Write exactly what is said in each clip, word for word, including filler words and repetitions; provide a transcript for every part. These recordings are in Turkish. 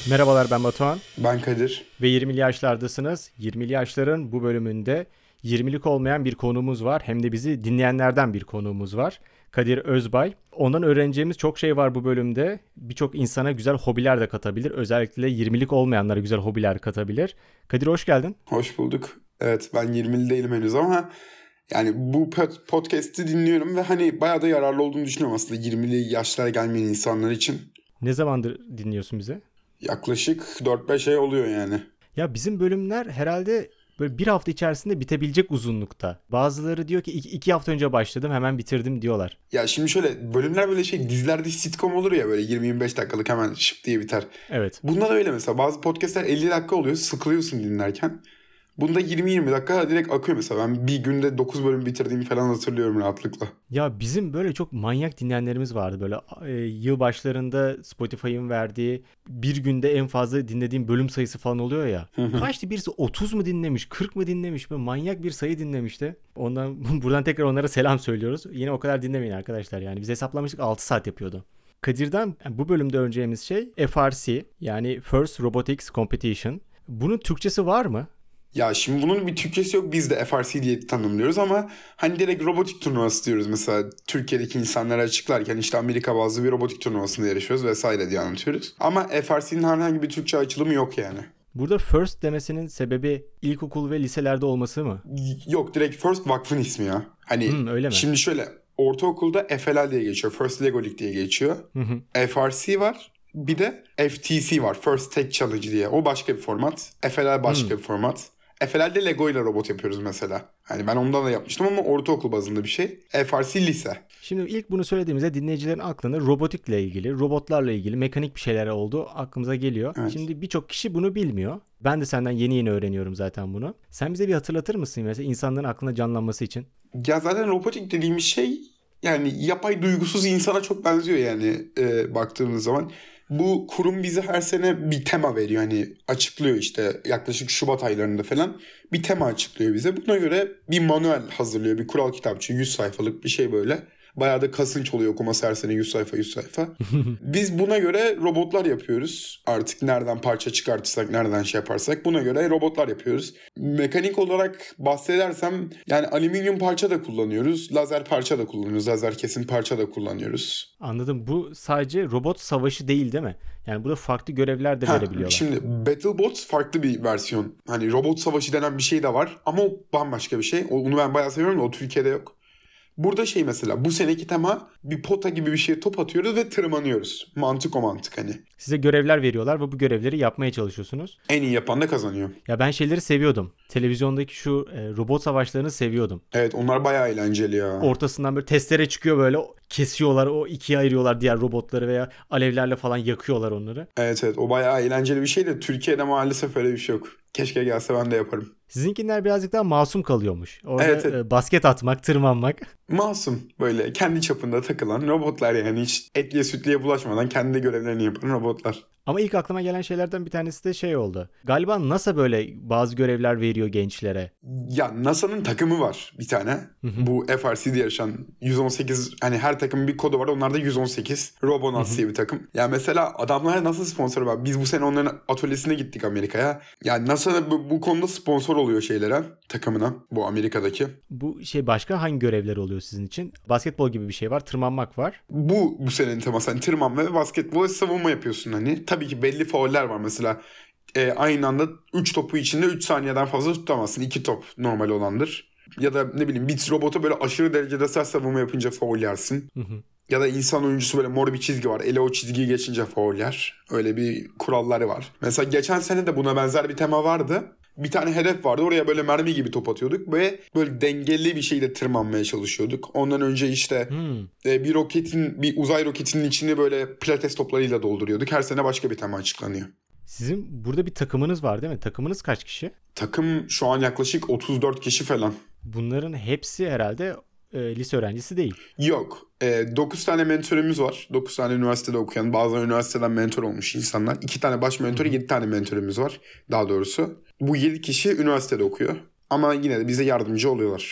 Merhabalar, ben Batuhan Ben Kadir. ve yirmili yaşlardasınız. yirmili yaşların bu bölümünde yirmilik olmayan bir konuğumuz var. Hem de bizi dinleyenlerden bir konuğumuz var. Kadir Özbay. Ondan öğreneceğimiz çok şey var bu bölümde. Birçok insana güzel hobiler de katabilir. Özellikle yirmilik olmayanlara güzel hobiler katabilir. Kadir, hoş geldin. Hoş bulduk. Evet, ben yirmili değilim henüz ama yani bu podcast'i dinliyorum ve hani bayağı da yararlı olduğunu düşünüyorum aslında yirmili yaşlara gelmeyen insanlar için. Ne zamandır dinliyorsun bizi? Yaklaşık dört beş ay oluyor yani. Ya bizim bölümler herhalde böyle bir hafta içerisinde bitebilecek uzunlukta. Bazıları diyor ki iki, iki hafta önce başladım, hemen bitirdim diyorlar. Ya şimdi şöyle, bölümler böyle şey, dizilerde sitcom olur ya, böyle yirmi yirmi beş dakikalık hemen şıp diye biter. Evet. Bunda da öyle mesela. Bazı podcastler elli dakika oluyor, sıkılıyorsun dinlerken. Bunda yirmi yirmi dakika direkt akıyor mesela. Ben bir günde dokuz bölüm bitirdiğimi falan hatırlıyorum rahatlıkla. Ya bizim böyle çok manyak dinleyenlerimiz vardı. Böyle e, yıl başlarında Spotify'ın verdiği bir günde en fazla dinlediğim bölüm sayısı falan oluyor ya. Kaçtı birisi, otuz mu dinlemiş, kırk mı dinlemiş, böyle manyak bir sayı dinlemişti. Ondan buradan tekrar onlara selam söylüyoruz. Yine o kadar dinlemeyin arkadaşlar, yani biz hesaplamıştık altı saat yapıyordu. Kadir'den bu bölümde öğreneceğimiz şey F R C, yani First Robotics Competition. Bunun Türkçesi var mı? Ya şimdi bunun bir Türkçesi yok. Biz de F R C diye tanımlıyoruz ama hani direkt robotik turnuvası diyoruz. Mesela Türkiye'deki insanlara açıklarken işte Amerika bazlı bir robotik turnuvasında yarışıyoruz vesaire diye anlatıyoruz. Ama F R C'nin herhangi bir Türkçe açılımı yok yani. Burada first demesinin sebebi ilkokul ve liselerde olması mı? Yok, direkt First vakfın ismi ya. Hani Hmm, öyle mi? şimdi şöyle, ortaokulda F L L diye geçiyor. First Lego League diye geçiyor. Hı hı. F R C var. Bir de F T C var. First Tech Challenge diye. O başka bir format. F L L başka Hmm. bir format. F L L'de Lego ile robot yapıyoruz mesela. Hani ben ondan da yapmıştım ama ortaokul bazında bir şey. F R C lise. Şimdi ilk bunu söylediğimizde dinleyicilerin aklına robotikle ilgili, robotlarla ilgili mekanik bir şeyler olduğu aklımıza geliyor. Evet. Şimdi birçok kişi bunu bilmiyor. Ben de senden yeni yeni öğreniyorum zaten bunu. Sen bize bir hatırlatır mısın mesela insanların aklına canlanması için? Ya zaten robotik dediğimiz şey yani yapay duygusuz insana çok benziyor yani e, baktığımız zaman. Bu kurum bize her sene bir tema veriyor, hani açıklıyor işte yaklaşık Şubat aylarında falan bir tema açıklıyor bize. Buna göre bir manuel hazırlıyor, bir kural kitapçığı, yüz sayfalık bir şey böyle. Bayağı da kasınç oluyor okuması, her sene yüz sayfa yüz sayfa. Biz buna göre robotlar yapıyoruz. Artık nereden parça çıkartırsak, nereden şey yaparsak buna göre robotlar yapıyoruz. Mekanik olarak bahsedersem yani alüminyum parça da kullanıyoruz. Lazer parça da kullanıyoruz. Lazer kesim parça da kullanıyoruz. Anladım. Bu sadece robot savaşı değil, değil mi? Yani burada farklı görevler de Ha, verebiliyorlar. şimdi BattleBots farklı bir versiyon. Hani robot savaşı denen bir şey de var ama o bambaşka bir şey. Onu ben bayağı seviyorum da o Türkiye'de yok. Burada şey mesela, bu seneki tema bir pota gibi bir şeye top atıyoruz ve tırmanıyoruz. Mantık o mantık hani. Size görevler veriyorlar ve bu görevleri yapmaya çalışıyorsunuz. En iyi yapan da kazanıyor. Ya ben şeyleri seviyordum. Televizyondaki şu e, robot savaşlarını seviyordum. Evet, onlar bayağı eğlenceli ya. Ortasından böyle testere çıkıyor, böyle kesiyorlar, o ikiye ayırıyorlar diğer robotları veya alevlerle falan yakıyorlar onları. Evet evet, o bayağı eğlenceli bir şey de Türkiye'de maalesef öyle bir şey yok. Keşke gelse ben de yaparım. Sizinkiler birazcık daha masum kalıyormuş. Orada Evet, evet. e, basket atmak, tırmanmak. Masum, böyle kendi çapında takılan robotlar yani, hiç etliye sütlüye bulaşmadan kendi görevlerini yapan robotlar. Ama ilk aklıma gelen şeylerden bir tanesi de şey oldu. Galiba NASA böyle bazı görevler veriyor gençlere. Ya NASA'nın takımı var bir tane. Hı hı. Bu F R C'de yarışan yüz on sekiz, hani her takımın bir kodu var. Onlar da yüz on sekiz. Robonauts diye bir takım. Ya mesela adamlar nasıl sponsor var? Biz bu sene onların atölyesine gittik Amerika'ya. Yani NASA bu, bu konuda sponsor oluyor şeylere, takımına, bu Amerika'daki. Bu şey, başka hangi görevler oluyor sizin için? Basketbol gibi bir şey var, tırmanmak var. Bu bu senenin teması. Hani tırmanma ve basketbol savunma yapıyorsun hani. Tabii ki belli fauller var mesela. E, aynı anda üç topu içinde üç saniyeden fazla tutamazsın. iki top normal olandır. Ya da ne bileyim, bir robota böyle aşırı derecede sert savunma yapınca faul yersin. Hı hı. Ya da insan oyuncusu böyle mor bir çizgi var. Ele o çizgiyi geçince faul yer. Öyle bir kuralları var. Mesela geçen sene de buna benzer bir tema vardı. Bir tane hedef vardı. Oraya böyle mermi gibi top atıyorduk ve böyle dengeli bir şeyle tırmanmaya çalışıyorduk. Ondan önce işte Hmm. e, bir roketin, bir uzay roketinin içini böyle pilates toplarıyla dolduruyorduk. Her sene başka bir tema açıklanıyor. Sizin burada bir takımınız var değil mi? Takımınız kaç kişi? Takım şu an yaklaşık otuz dört kişi falan. Bunların hepsi herhalde e, lise öğrencisi değil. Yok. E, dokuz tane mentörümüz var. dokuz tane üniversitede okuyan, bazen üniversiteden mentor olmuş insanlar. iki tane baş mentor, yedi tane mentörümüz var daha doğrusu. Bu yedi kişi üniversitede okuyor. Ama yine de bize yardımcı oluyorlar.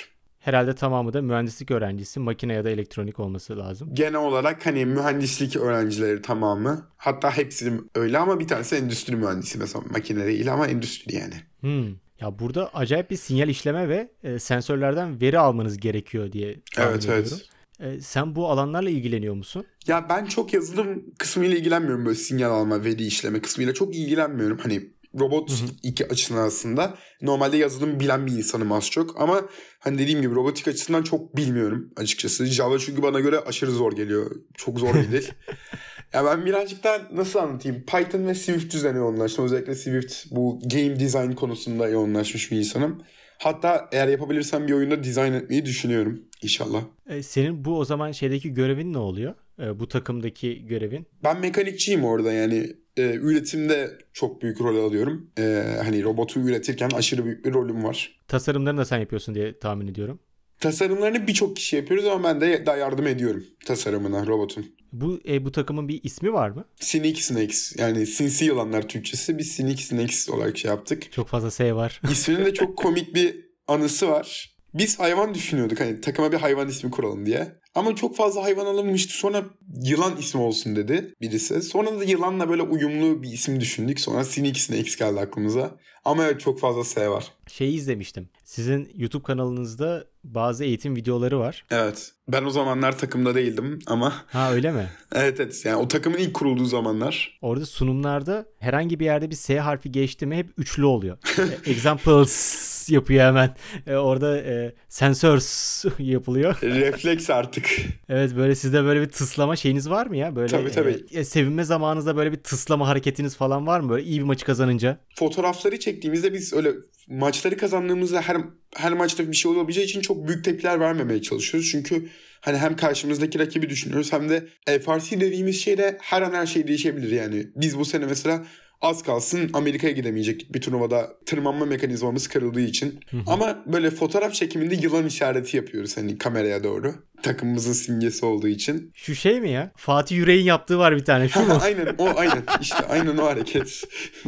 Herhalde tamamı da mühendislik öğrencisi, makine ya da elektronik olması lazım. Genel olarak hani mühendislik öğrencileri tamamı. Hatta hepsi öyle ama bir tanesi endüstri mühendisi mesela. Makine değil ama endüstri yani. Hmm. Ya burada acayip bir sinyal işleme ve e, sensörlerden veri almanız gerekiyor diye tahmin Evet ediyorum. evet. E, sen bu alanlarla ilgileniyor musun? Ya ben çok yazılım kısmıyla ilgilenmiyorum, böyle sinyal alma, veri işleme kısmıyla çok ilgilenmiyorum. Hani robot Hı hı. iki açısından aslında. Normalde yazılım bilen bir insanım az çok ama hani dediğim gibi robotik açısından çok bilmiyorum açıkçası. Java çünkü bana göre aşırı zor geliyor. Çok zor bir dil. Ya ben birazcık daha nasıl anlatayım? Python ve Swift üzerine yoğunlaştım. Özellikle Swift bu game design konusunda yoğunlaşmış bir insanım. Hatta eğer yapabilirsem bir oyunda dizayn etmeyi düşünüyorum inşallah. E, senin bu o zaman şeydeki görevin ne oluyor? E, bu takımdaki görevin? Ben mekanikçiyim orada yani e, üretimde çok büyük rol alıyorum. E, hani robotu üretirken aşırı büyük bir rolüm var. Tasarımlarını da sen yapıyorsun diye tahmin ediyorum. Tasarımlarını birçok kişi yapıyoruz ama ben de daha yardım ediyorum tasarımına robotun. Bu e, bu takımın bir ismi var mı? Sneak Snakes yani sinsi yılanlar Türkçesi, biz Sneak Snakes olarak şey yaptık. Çok fazla S var. İsminin de çok komik bir anısı var. Biz hayvan düşünüyorduk hani takıma bir hayvan ismi kuralım diye. Ama çok fazla hayvan alınmıştı. Sonra yılan ismi olsun dedi birisi. Sonra da yılanla böyle uyumlu bir isim düşündük. Sonra Sneak Snakes geldi aklımıza. Ama evet çok fazla S var. Şeyi izlemiştim. Sizin YouTube kanalınızda bazı eğitim videoları var. Evet. Ben o zamanlar takımda değildim ama Ha öyle mi? evet evet yani o takımın ilk kurulduğu zamanlar. Orada sunumlarda herhangi bir yerde bir S harfi geçti mi hep üçlü oluyor. E, Examples yapıyor hemen. E, orada e, sensors yapılıyor. Refleks artık. Evet, böyle sizde böyle bir tıslama şeyiniz var mı ya? Böyle Tabii tabii. e, sevinme zamanınızda böyle bir tıslama hareketiniz falan var mı? Böyle iyi bir maçı kazanınca. Fotoğrafları çektiğimizde biz öyle maçları kazandığımızda her her maçta bir şey olabileceği için çok büyük tepkiler vermemeye çalışıyoruz. Çünkü hani hem karşımızdaki rakibi düşünüyoruz hem de F R C dediğimiz şeyde her an her şey değişebilir yani. Biz bu sene mesela az kalsın Amerika'ya gidemeyecek bir turnuvada tırmanma mekanizmamız kırıldığı için. Hı hı. Ama böyle fotoğraf çekiminde yılan işareti yapıyoruz hani kameraya doğru. Takımımızın simgesi olduğu için. Şu şey mi ya? Fatih Yüreğin yaptığı var bir tane. Şu mu? Aynen o aynen işte aynen o hareket.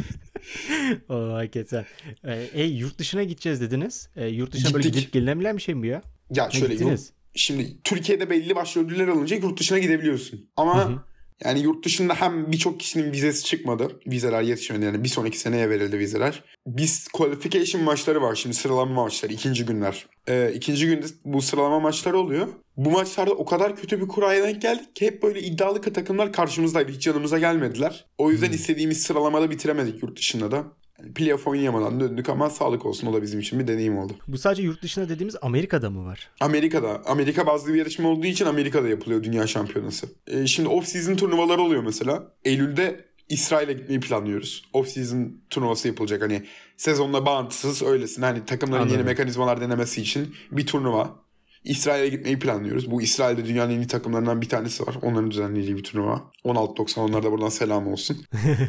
O hakikaten. E, e, yurt dışına gideceğiz dediniz. E, yurt dışına böyle Gittik. gidip gelinebilen bir şey mi bu ya? Ya Ha, şöyle yurt, gittiniz. şimdi Türkiye'de belli başlı ödüller alınca yurt dışına gidebiliyorsun. Hı Ama hı. yani yurt dışında hem birçok kişinin vizesi çıkmadı. Vizeler yetişmedi yani bir sonraki seneye verildi vizeler. Biz qualification maçları var şimdi, sıralama maçları ikinci günler. Ee, ikinci günde bu sıralama maçları oluyor. Bu maçlarda o kadar kötü bir kuraya denk geldik ki hep böyle iddialı takımlar karşımızdaydı. Hiç yanımıza gelmediler. O yüzden Hmm. istediğimiz sıralamada bitiremedik yurt dışında da. Yani playoff oynayamadan döndük ama sağlık olsun, o da bizim için bir deneyim oldu. Bu sadece yurt dışında dediğimiz Amerika'da mı var? Amerika'da. Amerika bazlı bir yarışma olduğu için Amerika'da yapılıyor dünya şampiyonası. Ee, şimdi off-season turnuvalar oluyor mesela. Eylül'de İsrail'e gitmeyi planlıyoruz. Off-season turnuvası yapılacak. Hani sezonla bağımsız öylesine hani takımların Anladım. yeni mekanizmalar denemesi için bir turnuva. İsrail'e gitmeyi planlıyoruz. Bu İsrail'de dünyanın en iyi takımlarından bir tanesi var. Onların düzenlediği bir turnuva. on altı doksan, onlara da buradan selam olsun.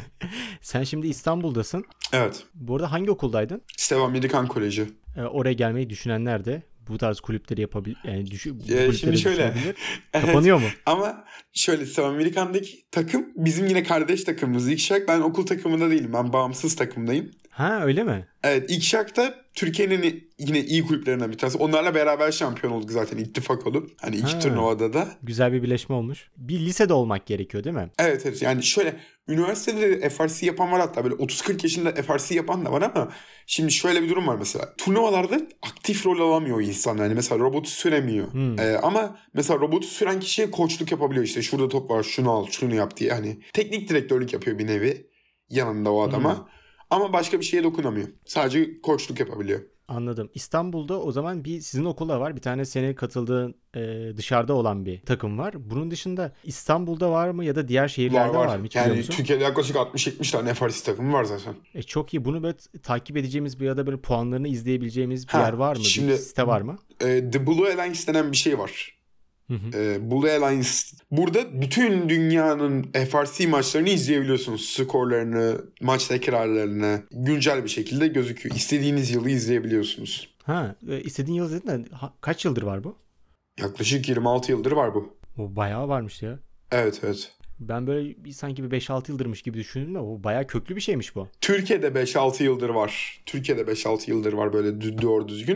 Sen şimdi İstanbul'dasın. Evet. Bu arada hangi okuldaydın? Steve Amerikan Koleji. E, oraya gelmeyi düşünenler de bu tarz kulüpleri yapabilir. Yani düşü, bu Ee, kulüpleri şimdi şöyle. düşünebilir. Evet. Kapanıyor mu? Ama şöyle, Steve Amerikan'daki takım bizim yine kardeş takımımız. İlkşak, ben okul takımında değilim. Ben bağımsız takımdayım. Ha öyle mi? Evet, İlkşak da Türkiye'nin yine iyi kulüplerinden bir tanesi. Onlarla beraber şampiyon olduk zaten ittifak olup. Hani iki Ha. turnuvada da. Güzel bir birleşme olmuş. Bir lisede olmak gerekiyor değil mi? Evet evet, yani şöyle üniversitede de F R C yapan var, hatta böyle otuz kırk yaşında F R C yapan da var ama şimdi şöyle bir durum var mesela. Turnuvalarda aktif rol alamıyor insan, yani mesela robotu süremiyor. Hmm. Ee, ama mesela robotu süren kişiye koçluk yapabiliyor, işte şurada top var şunu al şunu yap diye, hani teknik direktörlük yapıyor bir nevi yanında o adama. Hmm. Ama başka bir şeye dokunamıyor. Sadece koçluk yapabiliyor. Anladım. İstanbul'da o zaman bir sizin okulda var. Bir tane senin katıldığın e, dışarıda olan bir takım var. Bunun dışında İstanbul'da var mı ya da diğer Var şehirlerde var, var. mı? Hiç biliyor Yani musun? Türkiye'de yaklaşık altmış yetmiş tane F R C takımı var zaten. E, çok iyi. Bunu böyle takip edeceğimiz bir ya da böyle puanlarını izleyebileceğimiz bir Ha, yer var mı? şimdi- Bir site var mı? Ee, The Blue Alliance denen bir şey var. Hı hı. Ee, Blue Alliance. Burada bütün dünyanın F R C maçlarını izleyebiliyorsunuz. Skorlarını, maç tekrarlarını güncel bir şekilde gözüküyor. İstediğiniz yılı izleyebiliyorsunuz. Ha, e, istediğin yıl dedin de ha- kaç yıldır var bu? Yaklaşık yirmi altı yıldır var bu. O bayağı varmış ya. Evet evet. Ben böyle bir, sanki bir beş altı yıldırmış gibi düşündüm de o bayağı köklü bir şeymiş bu. Türkiye'de beş altı yıldır var. Türkiye'de beş altı yıldır var böyle dü- doğru düzgün.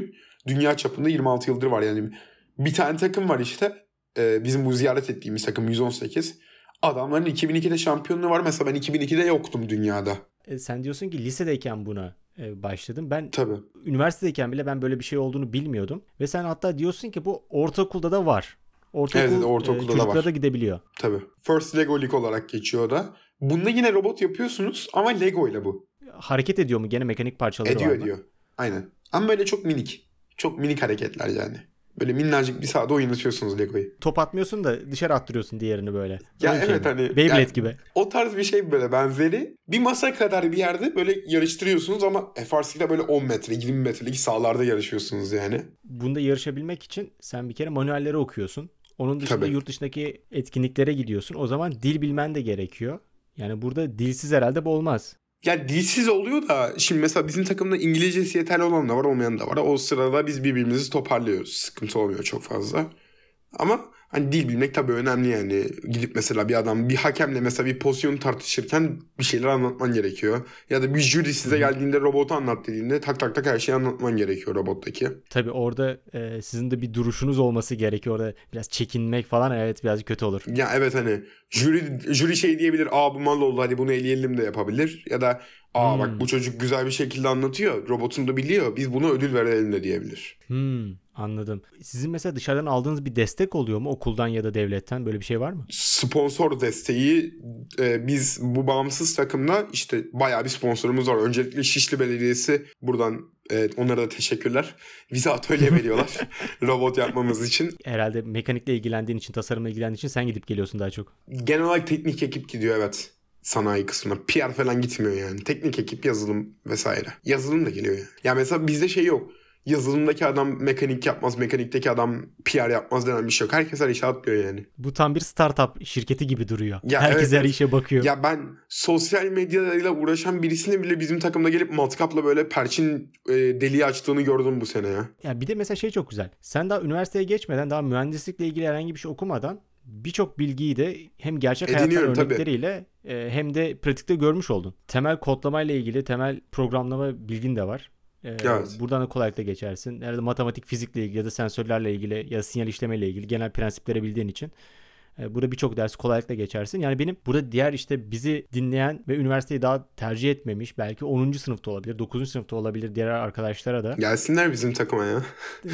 dünya çapında yirmi altı yıldır var. Yani bir tane takım var işte. E, bizim bu ziyaret ettiğimiz takım yüz on sekiz. Adamların iki bin ikide şampiyonluğu var. Mesela ben iki bin ikide yoktum dünyada. E, sen diyorsun ki lisedeyken buna e, başladım. Ben Tabii. üniversitedeyken bile ben böyle bir şey olduğunu bilmiyordum. Ve sen hatta diyorsun ki bu ortaokulda da var. Ortaokul, Evet, ortaokulda e, da çocuklara var. da gidebiliyor. Tabii. First Lego League olarak geçiyor o da. Bunda yine robot yapıyorsunuz ama Lego ile bu. Hareket ediyor mu? Gene mekanik parçaları Ediyor var mı? ediyor. Aynen. Ama böyle çok minik. Çok minik hareketler yani. Böyle minnacık bir sahada oynatıyorsunuz Lego'yu. Top atmıyorsun da dışarı attırıyorsun diğerini böyle. Ya Öyle evet şey mi? hani. Beyblade yani, gibi. O tarz bir şey böyle benzeri. Bir masa kadar bir yerde böyle yarıştırıyorsunuz ama F R C'de böyle on metre, yirmi metrelik sahalarda yarışıyorsunuz yani. Bunda yarışabilmek için sen bir kere manuelleri okuyorsun. Onun dışında Tabii. yurt dışındaki etkinliklere gidiyorsun. O zaman dil bilmen de gerekiyor. Yani burada dilsiz herhalde bu olmaz. Ya dilsiz oluyor da şimdi mesela bizim takımda İngilizcesi yeterli olan da var, olmayan da var. O sırada biz birbirimizi toparlıyoruz. Sıkıntı olmuyor çok fazla. Ama hani dil bilmek tabii önemli yani. Gidip mesela bir adam bir hakemle mesela bir pozisyonu tartışırken bir şeyler anlatman gerekiyor. Ya da bir jüri size geldiğinde robotu anlat dediğinde tak tak tak her şeyi anlatman gerekiyor robottaki. Tabii orada e, sizin de bir duruşunuz olması gerekiyor. Orada biraz çekinmek falan evet biraz kötü olur. Ya evet hani jüri, jüri şey diyebilir, aa bu mal oldu hadi bunu eleyelim de yapabilir. Ya da aa Hmm. bak bu çocuk güzel bir şekilde anlatıyor, robotun da biliyor, biz buna ödül verelim de diyebilir. Hmm, anladım. Sizin mesela dışarıdan aldığınız bir destek oluyor mu okuldan ya da devletten? Böyle bir şey var mı? Sponsor desteği e, biz bu bağımsız takımda işte bayağı bir sponsorumuz var. Öncelikle Şişli Belediyesi, buradan e, onlara da teşekkürler. Bize atölye veriyorlar robot yapmamız için. Herhalde mekanikle ilgilendiğin için, tasarımla ilgilendiğin için sen gidip geliyorsun daha çok. Genel olarak teknik ekip gidiyor evet. Sanayi kısmına. P R falan gitmiyor yani. Teknik ekip, yazılım vesaire. Yazılım da geliyor yani. Ya mesela bizde şey yok. Yazılımdaki adam mekanik yapmaz, mekanikteki adam P R yapmaz denen bir şey yok. Herkes her işe atlıyor yani. Bu tam bir startup şirketi gibi duruyor. Ya Herkes evet, her işe bakıyor. Ya ben sosyal medyayla uğraşan birisinin bile bizim takımda gelip matkapla böyle perçin e, deliği açtığını gördüm bu sene ya. Ya bir de mesela şey çok güzel. Sen daha üniversiteye geçmeden, daha mühendislikle ilgili herhangi bir şey okumadan birçok bilgiyi de hem gerçek hayattan Ediniyorum, tabii. örnekleriyle e, hem de pratikte görmüş oldun. Temel kodlamayla ilgili temel programlama bilgin de var. E, Evet. Buradan da kolaylıkla geçersin. Herhalde matematik, fizikle ilgili ya da sensörlerle ilgili ya da sinyal işlemeyle ilgili genel prensipleri bildiğin için e, burada birçok dersi kolaylıkla geçersin. Yani benim burada diğer işte bizi dinleyen ve üniversiteyi daha tercih etmemiş, belki onuncu sınıfta olabilir, dokuzuncu sınıfta olabilir diğer arkadaşlara da. Gelsinler bizim takıma ya.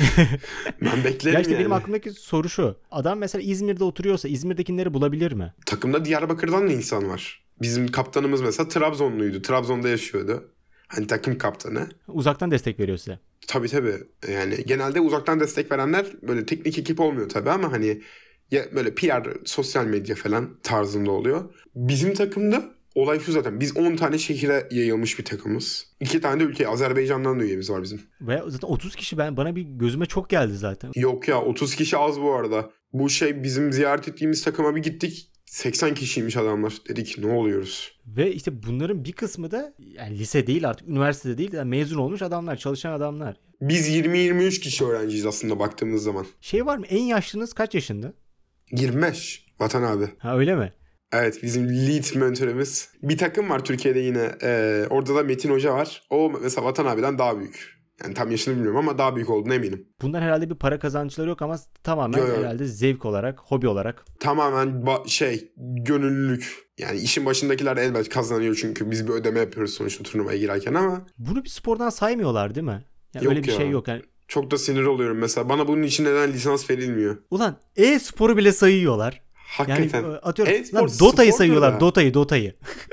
Ben beklerim Ya işte yani. benim aklımdaki soru şu. Adam mesela İzmir'de oturuyorsa İzmir'dekileri bulabilir mi? Takımda Diyarbakır'dan da insan var. Bizim kaptanımız mesela Trabzonluydu. Trabzon'da yaşıyordu. Hani takım kaptanı. Uzaktan destek veriyor size. Tabii tabii. Yani genelde uzaktan destek verenler böyle teknik ekip olmuyor tabii ama hani ya böyle P R, sosyal medya falan tarzında oluyor. Bizim takımda olay şu zaten. Biz on tane şehire yayılmış bir takımız. iki tane de ülke. Azerbaycan'dan da üyemiz var bizim. Ve zaten otuz kişi ben bana bir gözüme çok geldi zaten. Yok ya, otuz kişi az bu arada. Bu şey bizim ziyaret ettiğimiz takıma bir gittik. seksen kişiymiş adamlar. Dedik ne oluyoruz? Ve işte bunların bir kısmı da yani lise değil artık üniversitede değil yani mezun olmuş adamlar, çalışan adamlar. Biz yirmi yirmi üç kişi öğrenciyiz aslında baktığımız zaman. Şey var mı? En yaşlınız kaç yaşında? yirmi beş Vatan abi. Ha öyle mi? Evet, bizim lead mentörümüz. Bir takım var Türkiye'de yine. Ee, orada da Metin Hoca var. O mesela Vatan abiden daha büyük. Yani tam yaşını bilmiyorum ama daha büyük olduğuna eminim. Bunlar herhalde bir para kazançları yok ama tamamen Yo, yo. herhalde zevk olarak, hobi olarak. Tamamen ba- şey gönüllülük. Yani işin başındakiler elbet kazanıyor çünkü biz bir ödeme yapıyoruz sonuçta turnuvaya girerken ama Bunu bir spordan saymıyorlar değil mi? Yani Yok öyle bir ya. şey yok. Yani, çok da sinir oluyorum mesela. Bana bunun için neden lisans verilmiyor? ulan e-sporu bile sayıyorlar. Hakikaten. Yani atıyorum E-spor lan Dota'yı spordur sayıyorlar. da. Dota'yı, Dota'yı.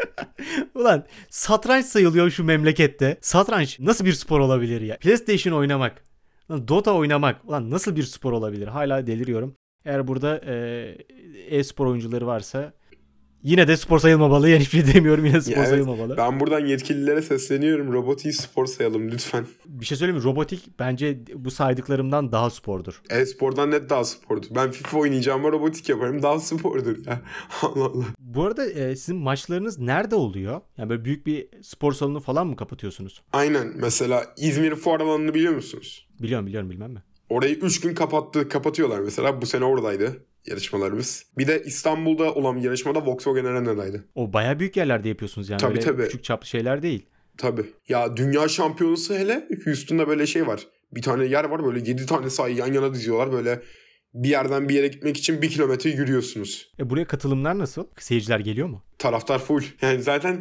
Ulan satranç sayılıyor şu memlekette. Satranç nasıl bir spor olabilir ya? PlayStation oynamak. Lan Dota oynamak. Ulan nasıl bir spor olabilir? Hala deliriyorum. Eğer burada e, e-spor oyuncuları varsa yine de spor sayılmamalı. Yani hiçbir şey demiyorum. Yine spor Ya evet, sayılmamalı. ben buradan yetkililere sesleniyorum. Robotiği spor sayalım lütfen. Bir şey söyleyeyim mi? Robotik bence bu saydıklarımdan daha spordur. E-spordan net daha spordur. Ben FIFA oynayacağım ama robotik yaparım. Daha spordur ya. Allah Allah. Bu arada e, sizin maçlarınız nerede oluyor? Yani böyle büyük bir spor salonu falan mı kapatıyorsunuz? Aynen. Mesela İzmir fuar alanını biliyor musunuz? Biliyorum biliyorum bilmem mi? Orayı üç gün kapattı, kapatıyorlar mesela. Bu sene oradaydı yarışmalarımız. Bir de İstanbul'da olan bir yarışmada Volkswagen Arena'daydı. O bayağı büyük yerlerde yapıyorsunuz yani. Tabii, Öyle tabii. küçük çaplı şeyler değil. Tabii. Ya dünya şampiyonası hele Houston'da böyle şey var. Bir tane yer var böyle yedi tane sahayı yan yana diziyorlar. Böyle bir yerden bir yere gitmek için bir kilometre yürüyorsunuz. E buraya katılımlar nasıl? Seyirciler geliyor mu? Taraftar full. Yani zaten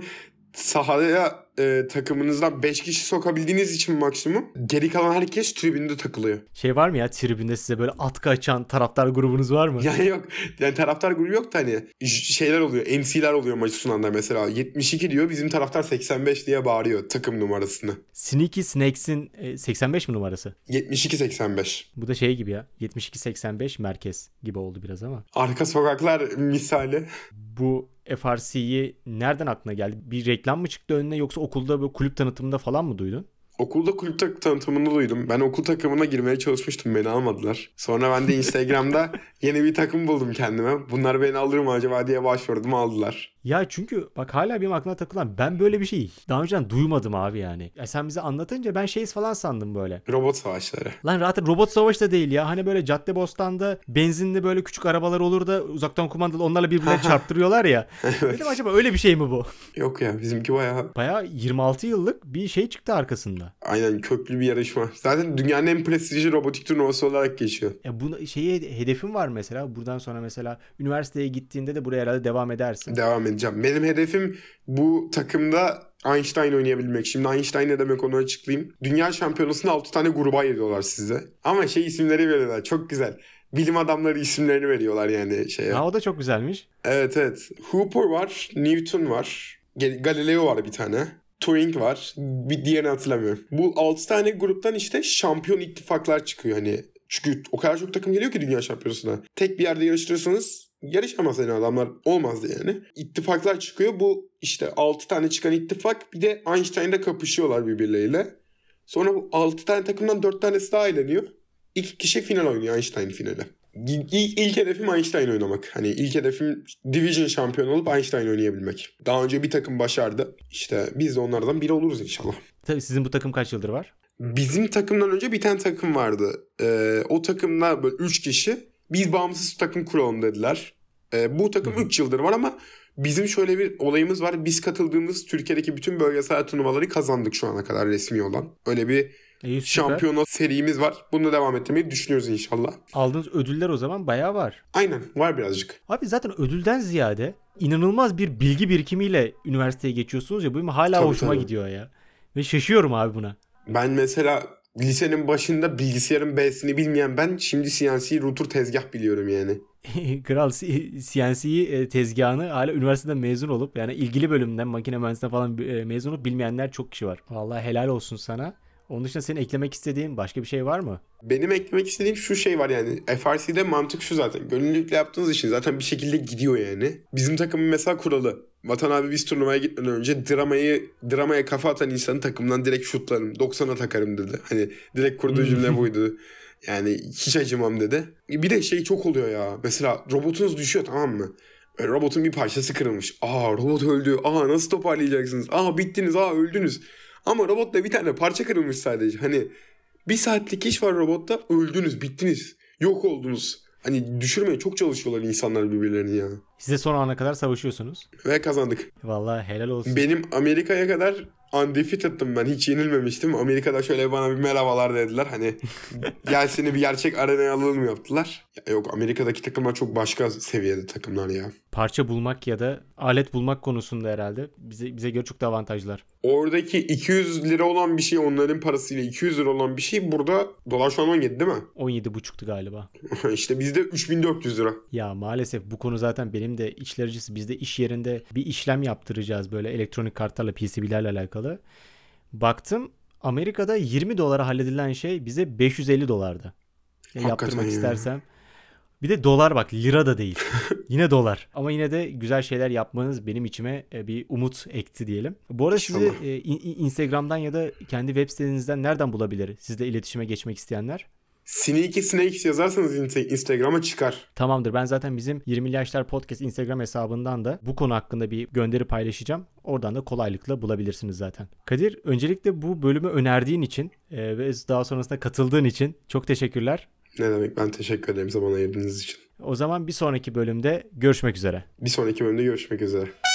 sahaya e, takımınızdan beş kişi sokabildiğiniz için maksimum geri kalan herkes tribünde takılıyor. Şey var mı ya, tribünde size böyle atkı açan taraftar grubunuz var mı? Yani yok. Yani taraftar grubu yok da hani şeyler oluyor. M C'ler oluyor maçı sunanlar mesela. yetmiş iki diyor, bizim taraftar seksen beş diye bağırıyor takım numarasını. Sneaky Snakes'in e, seksen beş mi numarası? yetmiş iki seksen beş. Bu da şey gibi ya. yetmiş iki seksen beş merkez gibi oldu biraz ama. Arka sokaklar misali. Bu F R C'yi nereden aklına geldi? Bir reklam mı çıktı önüne, yoksa okulda böyle kulüp tanıtımında falan mı duydun? Okulda kulüp tak- tanıtımını duydum. Ben okul takımına girmeye çalışmıştım. Beni almadılar. Sonra ben de Instagram'da yeni bir takım buldum kendime. Bunlar beni alır mı acaba diye başvurdum, aldılar. Ya çünkü bak, hala benim aklına takılan, ben böyle bir şey daha önceden duymadım abi yani. Ya sen bize anlatınca ben şey falan sandım böyle. Robot savaşları. Lan rahat, robot savaşı da değil ya. Hani böyle Caddebostan'da benzinli böyle küçük arabalar olur da uzaktan kumandalı, onlarla birbirine çarptırıyorlar ya. Evet. Dedim acaba öyle bir şey mi bu? Yok ya, bizimki bayağı Bayağı yirmi altı yıllık bir şey çıktı arkasında. aynen köklü bir yarışma. Zaten dünyanın en prestijli robotik turnuvası olarak geçiyor. Ya bunu şeye hedefim var mesela. Buradan sonra mesela üniversiteye gittiğinde de buraya herhalde devam edersin. Devam edeceğim. Benim hedefim bu takımda Einstein oynayabilmek. Şimdi Einstein ne demek, onu açıklayayım. Dünya şampiyonasında altı tane gruba ayırıyorlar size. Ama şey isimleri veriyorlar. Çok güzel. Bilim adamları isimlerini veriyorlar yani şeye. Ha, o da çok güzelmiş. Evet evet. Hooper var. Newton var. Galileo var bir tane. Turing var. Bir diğerini hatırlamıyorum. Bu altı tane gruptan işte şampiyon ittifaklar çıkıyor hani. Çünkü o kadar çok takım geliyor ki dünya şampiyonasına. Tek bir yerde yarıştırırsanız yarışamaz yani adamlar, olmazdı yani. İttifaklar çıkıyor. Bu işte altı tane çıkan ittifak bir de Einstein'da kapışıyorlar birbirleriyle. Sonra bu altı tane takımdan dört tanesi daha eğleniyor. İki kişi final oynuyor, Einstein finali. İlk, ilk hedefim Einstein oynamak. Hani ilk hedefim Division şampiyon olup Einstein oynayabilmek. Daha önce bir takım başardı. İşte biz de onlardan biri oluruz inşallah. Tabii sizin bu takım kaç yıldır var? Bizim takımdan önce bir tane takım vardı. Ee, o takımda böyle üç kişi. Biz bağımsız takım kuralım dediler. Ee, bu takım üç yıldır var ama bizim şöyle bir olayımız var. Biz katıldığımız Türkiye'deki bütün bölgesel turnuvaları kazandık şu ana kadar resmi olan. Öyle bir İyi, süper. şampiyona serimiz var. Bunu da devam ettirmeyi düşünüyoruz inşallah. Aldığınız ödüller o zaman bayağı var. Aynen, var birazcık. Abi zaten ödülden ziyade inanılmaz bir bilgi birikimiyle üniversiteye geçiyorsunuz ya. Bu benim hala Tabii, hoşuma tabii. gidiyor ya. Ve şaşıyorum abi buna. Ben mesela lisenin başında bilgisayarın B'sini bilmeyen ben şimdi C N C router tezgah biliyorum yani. Kral C N C tezgahını hala üniversiteden mezun olup, yani ilgili bölümden makine mühendisliğinden falan e, mezun olup bilmeyenler çok kişi var. Vallahi helal olsun sana. Onun dışında senin eklemek istediğin başka bir şey var mı? Benim eklemek istediğim şu şey var yani. F R C'de mantık şu zaten. Gönüllülükle yaptığınız için zaten bir şekilde gidiyor yani. Bizim takımın mesela kuralı. Vatan abi biz turnuvaya gitmeden önce dramayı dramaya kafa atan insanı takımdan direkt şutlarım. doksana takarım dedi. Hani direkt kurduğu cümle buydu. Yani hiç acımam dedi. Bir de şey çok oluyor ya. Mesela robotunuz düşüyor, tamam mı? Robotun bir parçası kırılmış. Aa robot öldü. Aa nasıl toparlayacaksınız? Aa bittiniz. Aa öldünüz. Ama robotta bir tane parça kırılmış sadece. Hani bir saatlik iş var robotta. Öldünüz, bittiniz. Yok oldunuz. Hani düşürmeye çok çalışıyorlar insanlar birbirlerini ya. Size son ana kadar savaşıyorsunuz. Ve kazandık. Vallahi helal olsun. Benim Amerika'ya kadar undefeated'tım ben. Hiç yenilmemiştim. Amerika'da şöyle bana bir merhabalar dediler. Hani gel seni bir gerçek arenaya alalım yaptılar. Ya yok, Amerika'daki takımlar çok başka seviyede takımlar ya. Parça bulmak ya da alet bulmak konusunda herhalde bize bize göre çok da avantajlar. Oradaki iki yüz lira olan bir şey, onların parasıyla iki yüz lira olan bir şey burada dolar şu an on yedi değil mi? on yedi buçuktu galiba. İşte bizde üç bin dört yüz lira. Ya maalesef bu konu zaten benim de içler acısı. Biz de iş yerinde bir işlem yaptıracağız böyle elektronik kartlarla, P C B'lerle alakalı. Baktım Amerika'da yirmi dolara halledilen şey bize beş yüz elli dolarda. Ya yaptırmak ya. istersem. Bir de dolar, bak, lira da değil. Yine dolar. Ama yine de güzel şeyler yapmanız benim içime bir umut ekti diyelim. Bu arada sizi İnşallah. e, Instagram'dan ya da kendi web sitenizden nereden bulabilir? Sizle iletişime geçmek isteyenler. Sneaky Snakes yazarsanız Instagram'a çıkar. Tamamdır. Ben zaten bizim yirmili Yaşlar Podcast Instagram hesabından da bu konu hakkında bir gönderi paylaşacağım. Oradan da kolaylıkla bulabilirsiniz zaten. Kadir, öncelikle bu bölümü önerdiğin için e, ve daha sonrasında katıldığın için çok teşekkürler. Ne demek, ben teşekkür ederim zaman ayırdığınız için. O zaman bir sonraki bölümde görüşmek üzere. Bir sonraki bölümde görüşmek üzere.